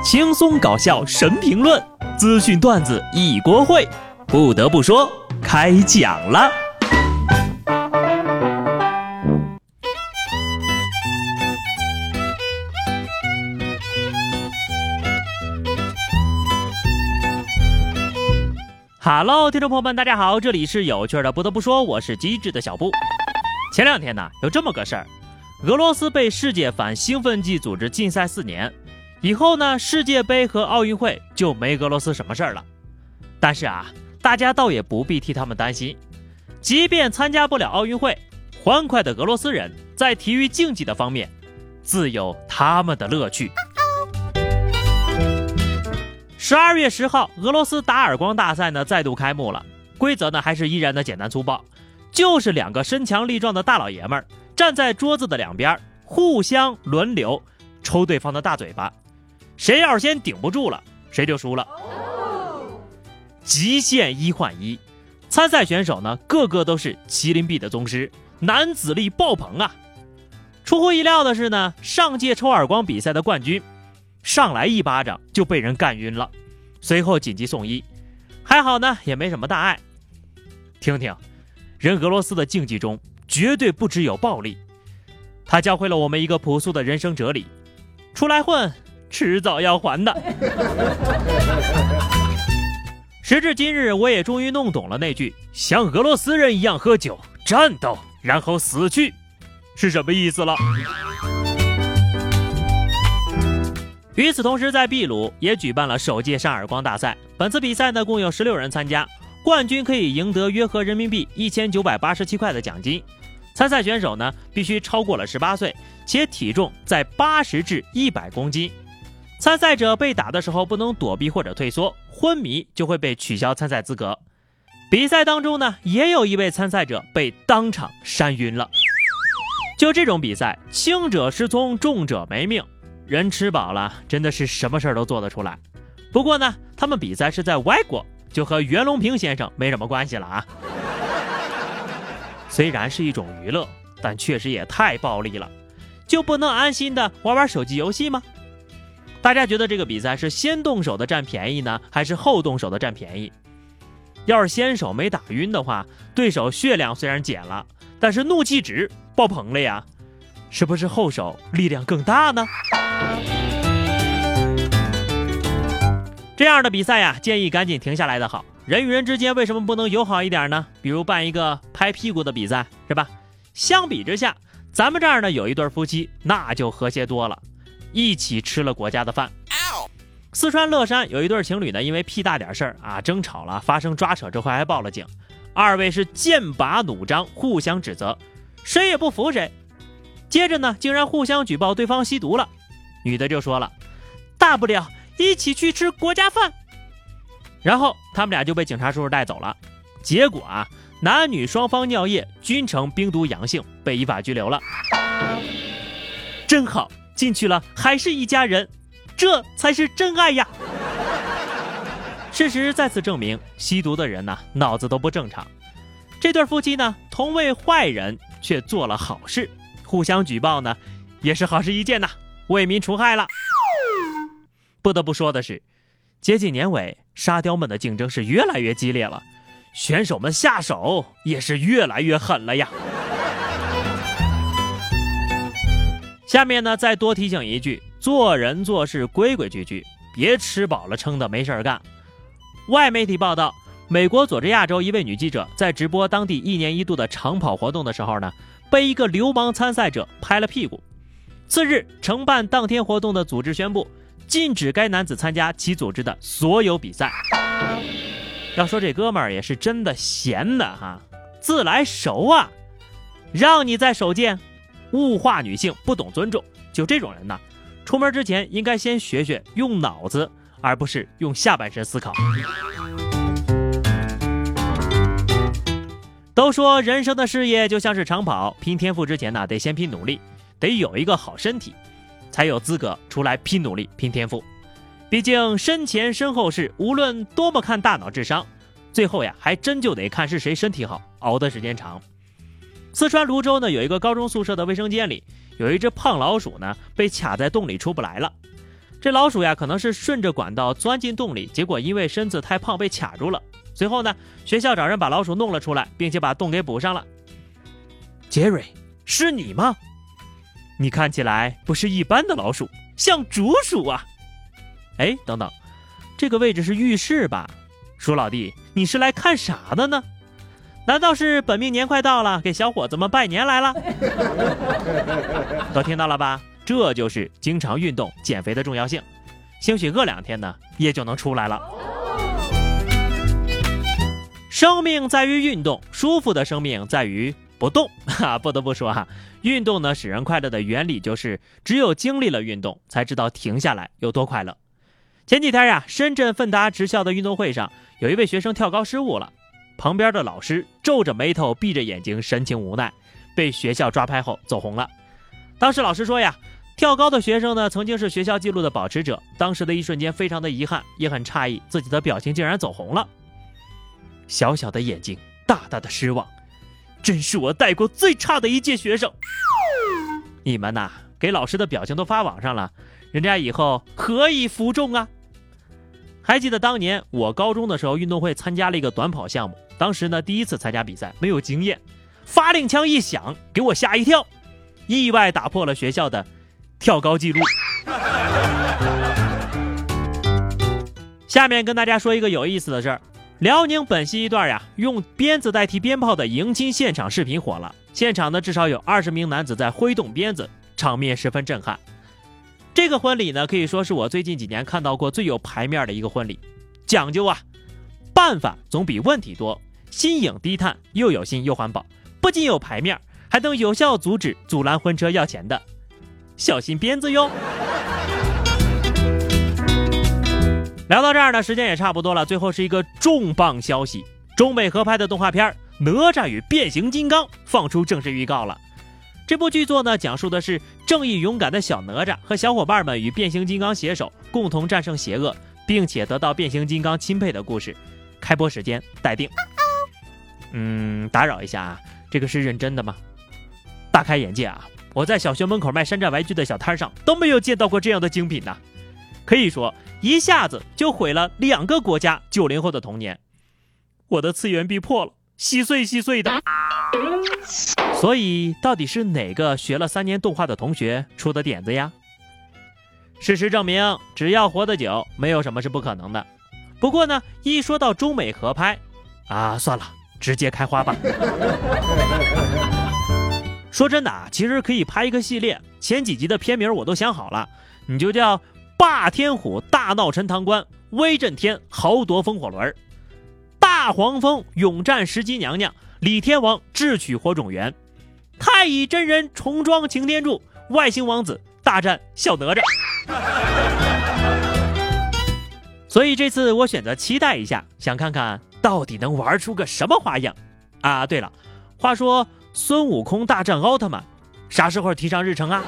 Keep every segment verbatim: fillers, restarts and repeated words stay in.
轻松搞笑神评论，资讯段子一锅烩。不得不说，开讲了。Hello， 听众朋友们，大家好，这里是有趣的。不得不说，我是机智的小布。前两天呢，有这么个事儿，俄罗斯被世界反兴奋剂组织禁赛四年，以后呢，世界杯和奥运会就没俄罗斯什么事儿了。但是啊，大家倒也不必替他们担心，即便参加不了奥运会，欢快的俄罗斯人在体育竞技的方面，自有他们的乐趣。十二月十号，俄罗斯打耳光大赛呢再度开幕了。规则呢还是依然的简单粗暴，就是两个身强力壮的大老爷们儿站在桌子的两边，互相轮流抽对方的大嘴巴，谁要是先顶不住了，谁就输了。极限一换一，参赛选手呢个个都是麒麟臂的宗师，男子力爆棚啊！出乎意料的是呢，上届抽耳光比赛的冠军上来一巴掌就被人干晕了，随后紧急送医，还好呢，也没什么大碍。听听，人俄罗斯的竞技中绝对不只有暴力，他教会了我们一个朴素的人生哲理：出来混，迟早要还的。时至今日，我也终于弄懂了那句像俄罗斯人一样喝酒、战斗，然后死去是什么意思了。与此同时，在秘鲁也举办了首届扇耳光大赛。本次比赛呢，共有十六人参加，冠军可以赢得约合人民币一千九百八十七块的奖金。参赛选手呢，必须超过了十八岁，且体重在八十至一百公斤。参赛者被打的时候不能躲避或者退缩，昏迷就会被取消参赛资格。比赛当中呢，也有一位参赛者被当场扇晕了。就这种比赛，轻者失聪，重者没命。人吃饱了，真的是什么事儿都做得出来。不过呢，他们比赛是在外国，就和袁隆平先生没什么关系了啊。虽然是一种娱乐，但确实也太暴力了，就不能安心的玩玩手机游戏吗？大家觉得这个比赛是先动手的占便宜呢，还是后动手的占便宜？要是先手没打晕的话，对手血量虽然减了，但是怒气值爆棚了呀，是不是后手力量更大呢？这样的比赛呀，建议赶紧停下来的好。人与人之间为什么不能友好一点呢？比如办一个拍屁股的比赛，是吧？相比之下，咱们这儿呢有一对夫妻，那就和谐多了，一起吃了国家的饭。四川乐山有一对情侣呢，因为屁大点事儿啊争吵了，发生抓扯之后还报了警。二位是剑拔弩张，互相指责，谁也不服谁。接着呢，竟然互相举报对方吸毒了。女的就说了，大不了一起去吃国家饭。然后他们俩就被警察叔叔带走了。结果啊，男女双方尿液均呈冰毒阳性，被依法拘留了。真好，进去了还是一家人，这才是真爱呀。事实再次证明，吸毒的人呢，脑子都不正常。这对夫妻呢，同为坏人，却做了好事，互相举报呢，也是好事一件呐，为民除害了。不得不说的是，接近年尾，沙雕们的竞争是越来越激烈了，选手们下手也是越来越狠了呀。下面呢，再多提醒一句，做人做事规规矩矩，别吃饱了撑的没事干。外媒体报道，美国佐治亚州一位女记者在直播当地一年一度的长跑活动的时候呢，被一个流氓参赛者拍了屁股。次日，承办当天活动的组织宣布禁止该男子参加其组织的所有比赛。要说这哥们儿也是真的闲的哈，自来熟啊！让你在手贱，物化女性，不懂尊重，就这种人呢，出门之前应该先学学用脑子，而不是用下半身思考。都说人生的事业就像是长跑，拼天赋之前呢，得先拼努力，得有一个好身体，才有资格出来拼努力拼天赋。毕竟身前身后事，无论多么看大脑智商，最后呀还真就得看是谁身体好，熬的时间长。四川泸州呢，有一个高中宿舍的卫生间里，有一只胖老鼠呢被卡在洞里出不来了。 这老鼠呀，可能是顺着管道钻进洞里，结果因为身子太胖被卡住了。随后呢，学校找人把老鼠弄了出来，并且把洞给补上了。杰瑞，是你吗？你看起来不是一般的老鼠，像竹鼠啊！哎，等等，这个位置是浴室吧？鼠老弟，你是来看啥的呢？难道是本命年快到了，给小伙子们拜年来了？都听到了吧？这就是经常运动减肥的重要性。兴许饿两天呢，也就能出来了。生命在于运动，舒服的生命在于不动。哈，不得不说哈，运动呢使人快乐的原理就是，只有经历了运动，才知道停下来有多快乐。前几天呀，深圳奋达职校的运动会上，有一位学生跳高失误了，旁边的老师皱着眉头，闭着眼睛，神情无奈，被学校抓拍后走红了。当时老师说呀，跳高的学生呢曾经是学校纪录的保持者，当时的一瞬间非常的遗憾，也很诧异自己的表情竟然走红了。小小的眼睛，大大的失望，真是我带过最差的一届学生。你们呐，给老师的表情都发网上了，人家以后何以服众啊？还记得当年我高中的时候，运动会参加了一个短跑项目，当时呢第一次参加比赛，没有经验，发令枪一响，给我吓一跳，意外打破了学校的跳高纪录。下面跟大家说一个有意思的事儿，辽宁本溪一段呀，用鞭子代替鞭炮的迎亲现场视频火了，现场呢至少有二十名男子在挥动鞭子，场面十分震撼。这个婚礼呢，可以说是我最近几年看到过最有排面的一个婚礼，讲究啊，办法总比问题多，新颖低碳，又有心又环保，不仅有排面，还能有效阻止阻拦婚车要钱的，小心鞭子哟。聊到这儿呢，时间也差不多了，最后是一个重磅消息，中美合拍的动画片《哪吒与变形金刚》放出正式预告了。这部剧作呢，讲述的是正义勇敢的小哪吒和小伙伴们与变形金刚携手，共同战胜邪恶，并且得到变形金刚钦佩的故事。开播时间待定。嗯，打扰一下啊，这个是认真的吗？大开眼界啊！我在小学门口卖山寨玩具的小摊上都没有见到过这样的精品呢。可以说，一下子就毁了两个国家九零后的童年。我的次元壁破了，稀碎稀碎的。所以到底是哪个学了三年动画的同学出的点子呀？事实证明，只要活得久，没有什么是不可能的。不过呢，一说到中美合拍啊，算了，直接开花吧。说真的啊，其实可以拍一个系列，前几集的片名我都想好了，你就叫霸天虎大闹陈塘关，威震天豪夺风火轮，大黄蜂勇战石矶娘娘，李天王智取火种源，太乙真人重装擎天柱，外星王子大战小哪吒。所以这次我选择期待一下，想看看到底能玩出个什么花样啊！对了，话说孙悟空大战奥特曼啥时候提上日程啊？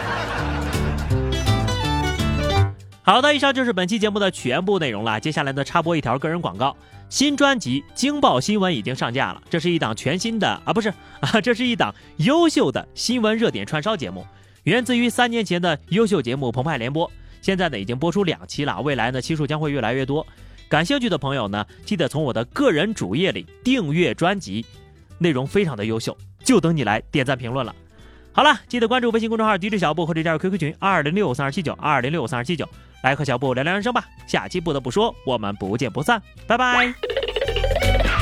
好的，以上就是本期节目的全部内容了。接下来呢，插播一条个人广告。新专辑《惊爆新闻》已经上架了，这是一档全新的啊，不是啊，这是一档优秀的新闻热点串烧节目，源自于三年前的优秀节目《澎湃联播》，现在呢已经播出两期了，未来呢期数将会越来越多。感兴趣的朋友呢，记得从我的个人主页里订阅专辑，内容非常的优秀，就等你来点赞评论了。好了，记得关注微信公众号 D J 小布或者加入 Q Q 群二零六三二七九二零六三二七九，来和小布聊聊人生吧。下期不得不说，我们不见不散，拜拜。